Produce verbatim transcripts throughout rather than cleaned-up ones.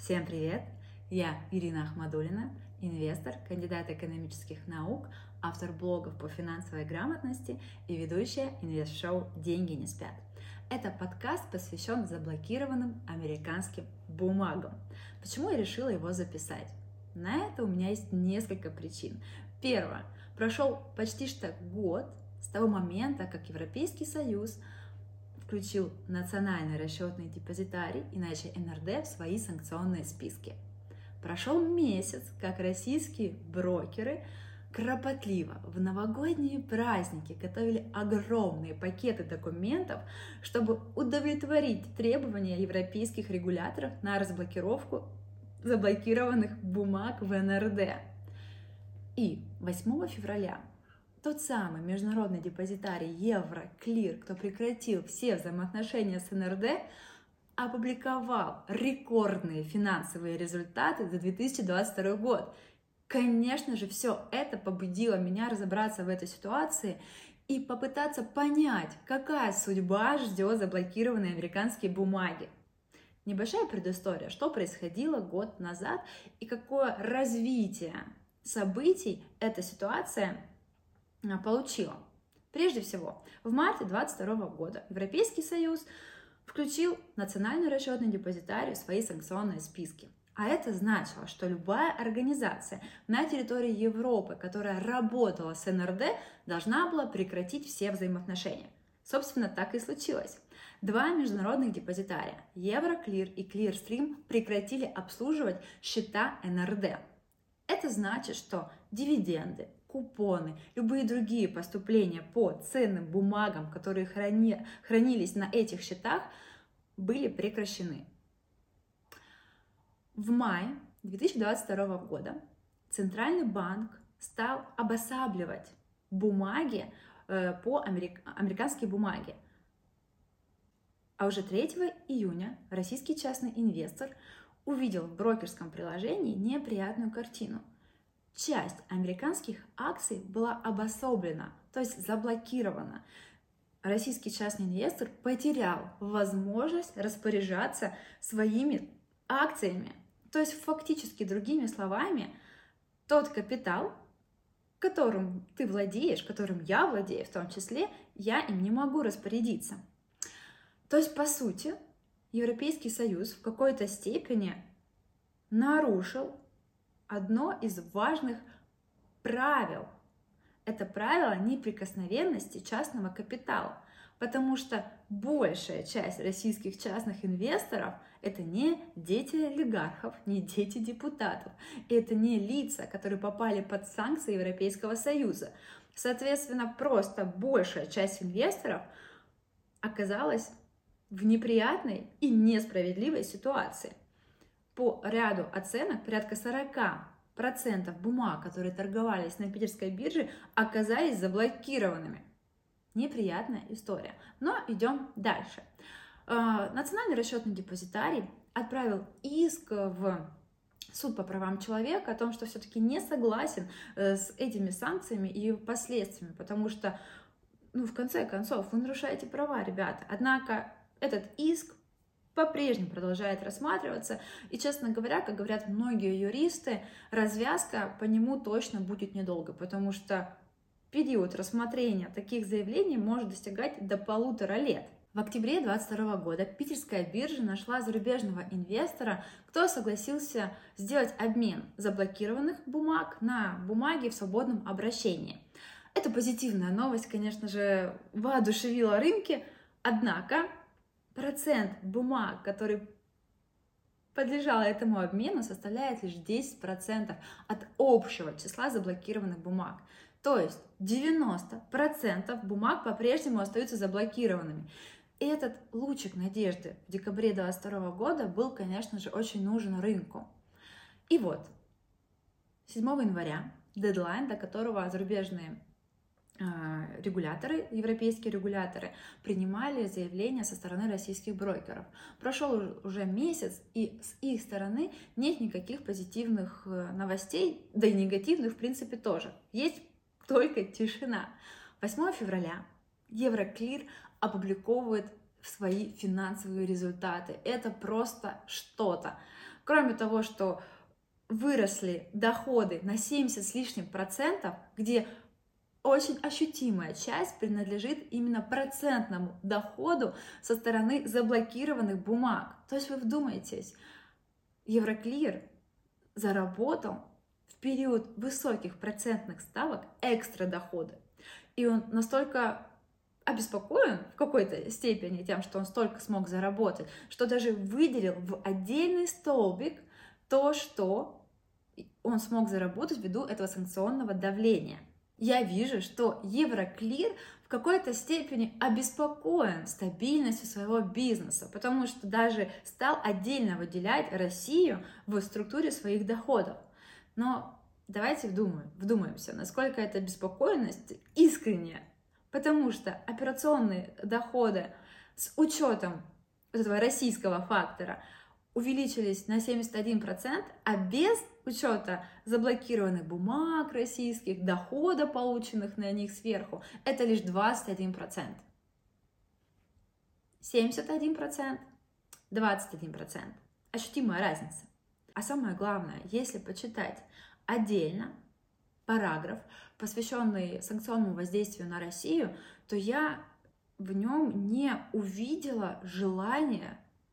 Всем привет! Я Ирина Ахмадуллина, инвестор, кандидат экономических наук, автор блогов по финансовой грамотности и ведущая инвест-шоу «Деньги не спят». Это подкаст посвящен заблокированным американским бумагам. Почему я решила его записать? На это у меня есть несколько причин. Первое. Прошел почти что год с того момента, как Европейский Союз включил национальный расчетный депозитарий, иначе эн эр дэ, в свои санкционные списки. Прошел месяц, как российские брокеры кропотливо в новогодние праздники готовили огромные пакеты документов, чтобы удовлетворить требования европейских регуляторов на разблокировку заблокированных бумаг в эн эр дэ. И восьмого февраля тот самый международный депозитарий Евроклир, кто прекратил все взаимоотношения с эн эр дэ, опубликовал рекордные финансовые результаты за две тысячи двадцать второй год. Конечно же, все это побудило меня разобраться в этой ситуации и попытаться понять, какая судьба ждет заблокированные американские бумаги. Небольшая предыстория, что происходило год назад и какое развитие событий эта ситуация получила. Прежде всего, в марте две тысячи двадцать второго года Европейский Союз включил национальный расчетный депозитарий в свои санкционные списки. А это значило, что любая организация на территории Европы, которая работала с эн эр дэ, должна была прекратить все взаимоотношения. Собственно, так и случилось. Два международных депозитария, Евроклир и Клирстрим, прекратили обслуживать счета эн эр дэ. Это значит, что дивиденды, купоны, любые другие поступления по ценным бумагам, которые храни, хранились на этих счетах, были прекращены. В мае две тысячи двадцать второго года Центральный банк стал обосабливать бумаги э, по америк... американские бумаги. А уже третьего июня российский частный инвестор увидел в брокерском приложении неприятную картину. Часть американских акций была обособлена, то есть заблокирована. Российский частный инвестор потерял возможность распоряжаться своими акциями. То есть фактически, другими словами, тот капитал, которым ты владеешь, которым я владею в том числе, я им не могу распорядиться. То есть, по сути, Европейский Союз в какой-то степени нарушил одно из важных правил. Это правило неприкосновенности частного капитала, потому что большая часть российских частных инвесторов – это не дети олигархов, не дети депутатов, это не лица, которые попали под санкции Европейского Союза. Соответственно, просто большая часть инвесторов оказалась в неприятной и несправедливой ситуации. По ряду оценок порядка сорок процентов бумаг, которые торговались на питерской бирже, оказались заблокированными. Неприятная история. Но идем дальше. Национальный расчетный депозитарий отправил иск в суд по правам человека о том, что все-таки не согласен с этими санкциями и последствиями, потому что, ну, в конце концов, вы нарушаете права, ребята. Однако этот иск по-прежнему продолжает рассматриваться, и, честно говоря, как говорят многие юристы, развязка по нему точно будет недолго, потому что период рассмотрения таких заявлений может достигать до полутора лет. В октябре две тысячи двадцать второго года питерская биржа нашла зарубежного инвестора, кто согласился сделать обмен заблокированных бумаг на бумаги в свободном обращении. Эта позитивная новость, конечно же, воодушевила рынки, однако процент бумаг, который подлежал этому обмену, составляет лишь десять процентов от общего числа заблокированных бумаг. То есть девяносто процентов бумаг по-прежнему остаются заблокированными. И этот лучик надежды в декабре две тысячи двадцать второго года был, конечно же, очень нужен рынку. И вот, седьмого января, дедлайн, до которого зарубежные регуляторы, европейские регуляторы, принимали заявления со стороны российских брокеров. Прошел уже месяц, и с их стороны нет никаких позитивных новостей, да и негативных, в принципе, тоже. Есть только тишина. восьмого февраля Евроклир опубликовывает свои финансовые результаты. Это просто что-то. Кроме того, что выросли доходы на семьдесят с лишним процентов, где очень ощутимая часть принадлежит именно процентному доходу со стороны заблокированных бумаг. То есть вы вдумайтесь, Евроклир заработал в период высоких процентных ставок экстра доходы. И он настолько обеспокоен в какой-то степени тем, что он столько смог заработать, что даже выделил в отдельный столбик то, что он смог заработать ввиду этого санкционного давления. Я вижу, что Евроклир в какой-то степени обеспокоен стабильностью своего бизнеса, потому что даже стал отдельно выделять Россию в структуре своих доходов. Но давайте вдумаем, вдумаемся, насколько эта беспокойность искренняя, потому что операционные доходы с учетом этого российского фактора увеличились на семьдесят один процент, а без учета заблокированных бумаг российских, дохода, полученных на них сверху, это лишь двадцать один процент. семьдесят один процент, двадцать один процент. Ощутимая разница. А самое главное, если почитать отдельно параграф, посвященный санкционному воздействию на Россию, то я в нем не увидела желания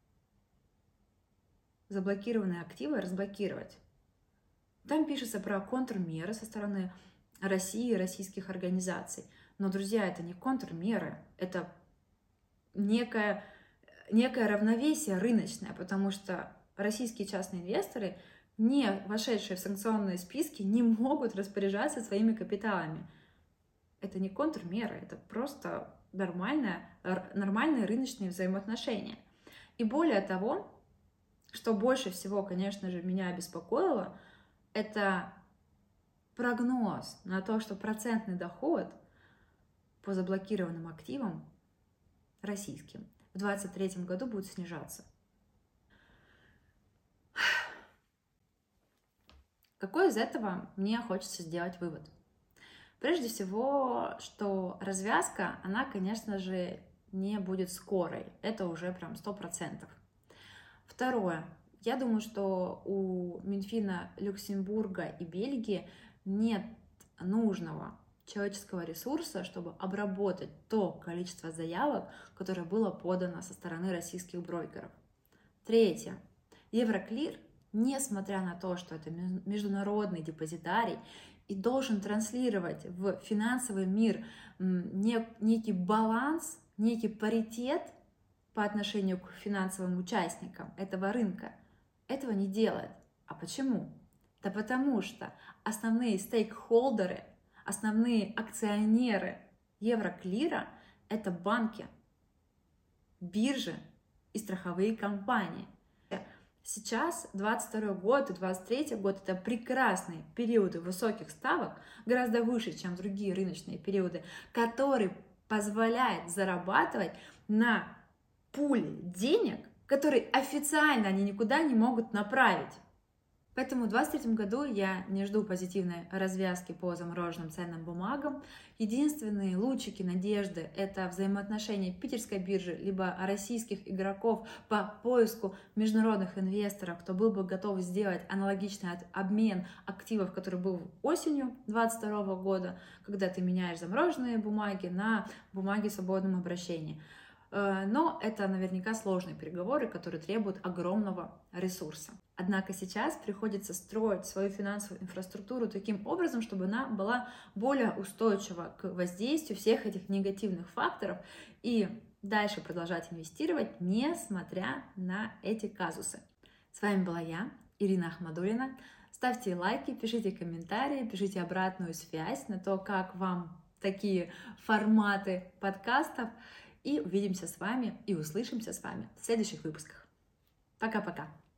заблокированные активы разблокировать. Там пишется про контрмеры со стороны России и российских организаций. Но, друзья, это не контрмеры, это некое, некое равновесие рыночное, потому что российские частные инвесторы, не вошедшие в санкционные списки, не могут распоряжаться своими капиталами. Это не контрмеры, это просто нормальное, нормальные рыночные взаимоотношения. И более того, что больше всего, конечно же, меня обеспокоило, это прогноз на то, что процентный доход по заблокированным активам российским в две тысячи двадцать третьем году будет снижаться. Какой из этого мне хочется сделать вывод? Прежде всего, что развязка, она, конечно же, не будет скорой. Это уже прям сто процентов. Второе. Я думаю, что у Минфина Люксембурга и Бельгии нет нужного человеческого ресурса, чтобы обработать то количество заявок, которое было подано со стороны российских брокеров. Третье. Евроклир, несмотря на то, что это международный депозитарий и должен транслировать в финансовый мир некий баланс, некий паритет по отношению к финансовым участникам этого рынка, этого не делает. А почему? Да потому что основные стейкхолдеры, основные акционеры Евроклира – это банки, биржи и страховые компании. Сейчас двадцать второй год и двадцать третий год – это прекрасные периоды высоких ставок, гораздо выше, чем другие рыночные периоды, которые позволяют зарабатывать на пуле денег, которые официально они никуда не могут направить. Поэтому в двадцать третьем году я не жду позитивной развязки по замороженным ценным бумагам. Единственные лучики надежды – это взаимоотношения питерской биржи либо российских игроков по поиску международных инвесторов, кто был бы готов сделать аналогичный обмен активов, который был осенью двадцать второго года, когда ты меняешь замороженные бумаги на бумаги в свободном обращении. Но это наверняка сложные переговоры, которые требуют огромного ресурса. Однако сейчас приходится строить свою финансовую инфраструктуру таким образом, чтобы она была более устойчива к воздействию всех этих негативных факторов и дальше продолжать инвестировать, несмотря на эти казусы. С вами была я, Ирина Ахмадуллина. Ставьте лайки, пишите комментарии, пишите обратную связь на то, как вам такие форматы подкастов. И увидимся с вами и услышимся с вами в следующих выпусках. Пока-пока!